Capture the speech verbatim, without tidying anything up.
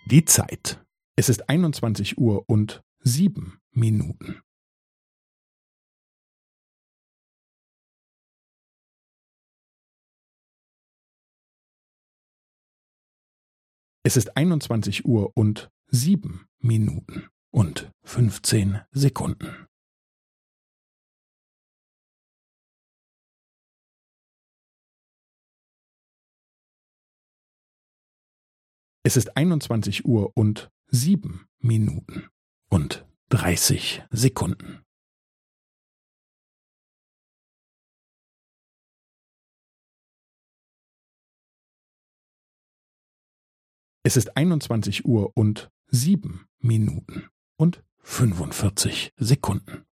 Die Zeit. Es ist einundzwanzig Uhr und sieben Minuten. Es ist einundzwanzig Uhr und sieben Minuten und fünfzehn Sekunden. Es ist einundzwanzig Uhr und sieben Minuten und dreißig Sekunden. Es ist einundzwanzig Uhr und sieben Minuten und fünfundvierzig Sekunden.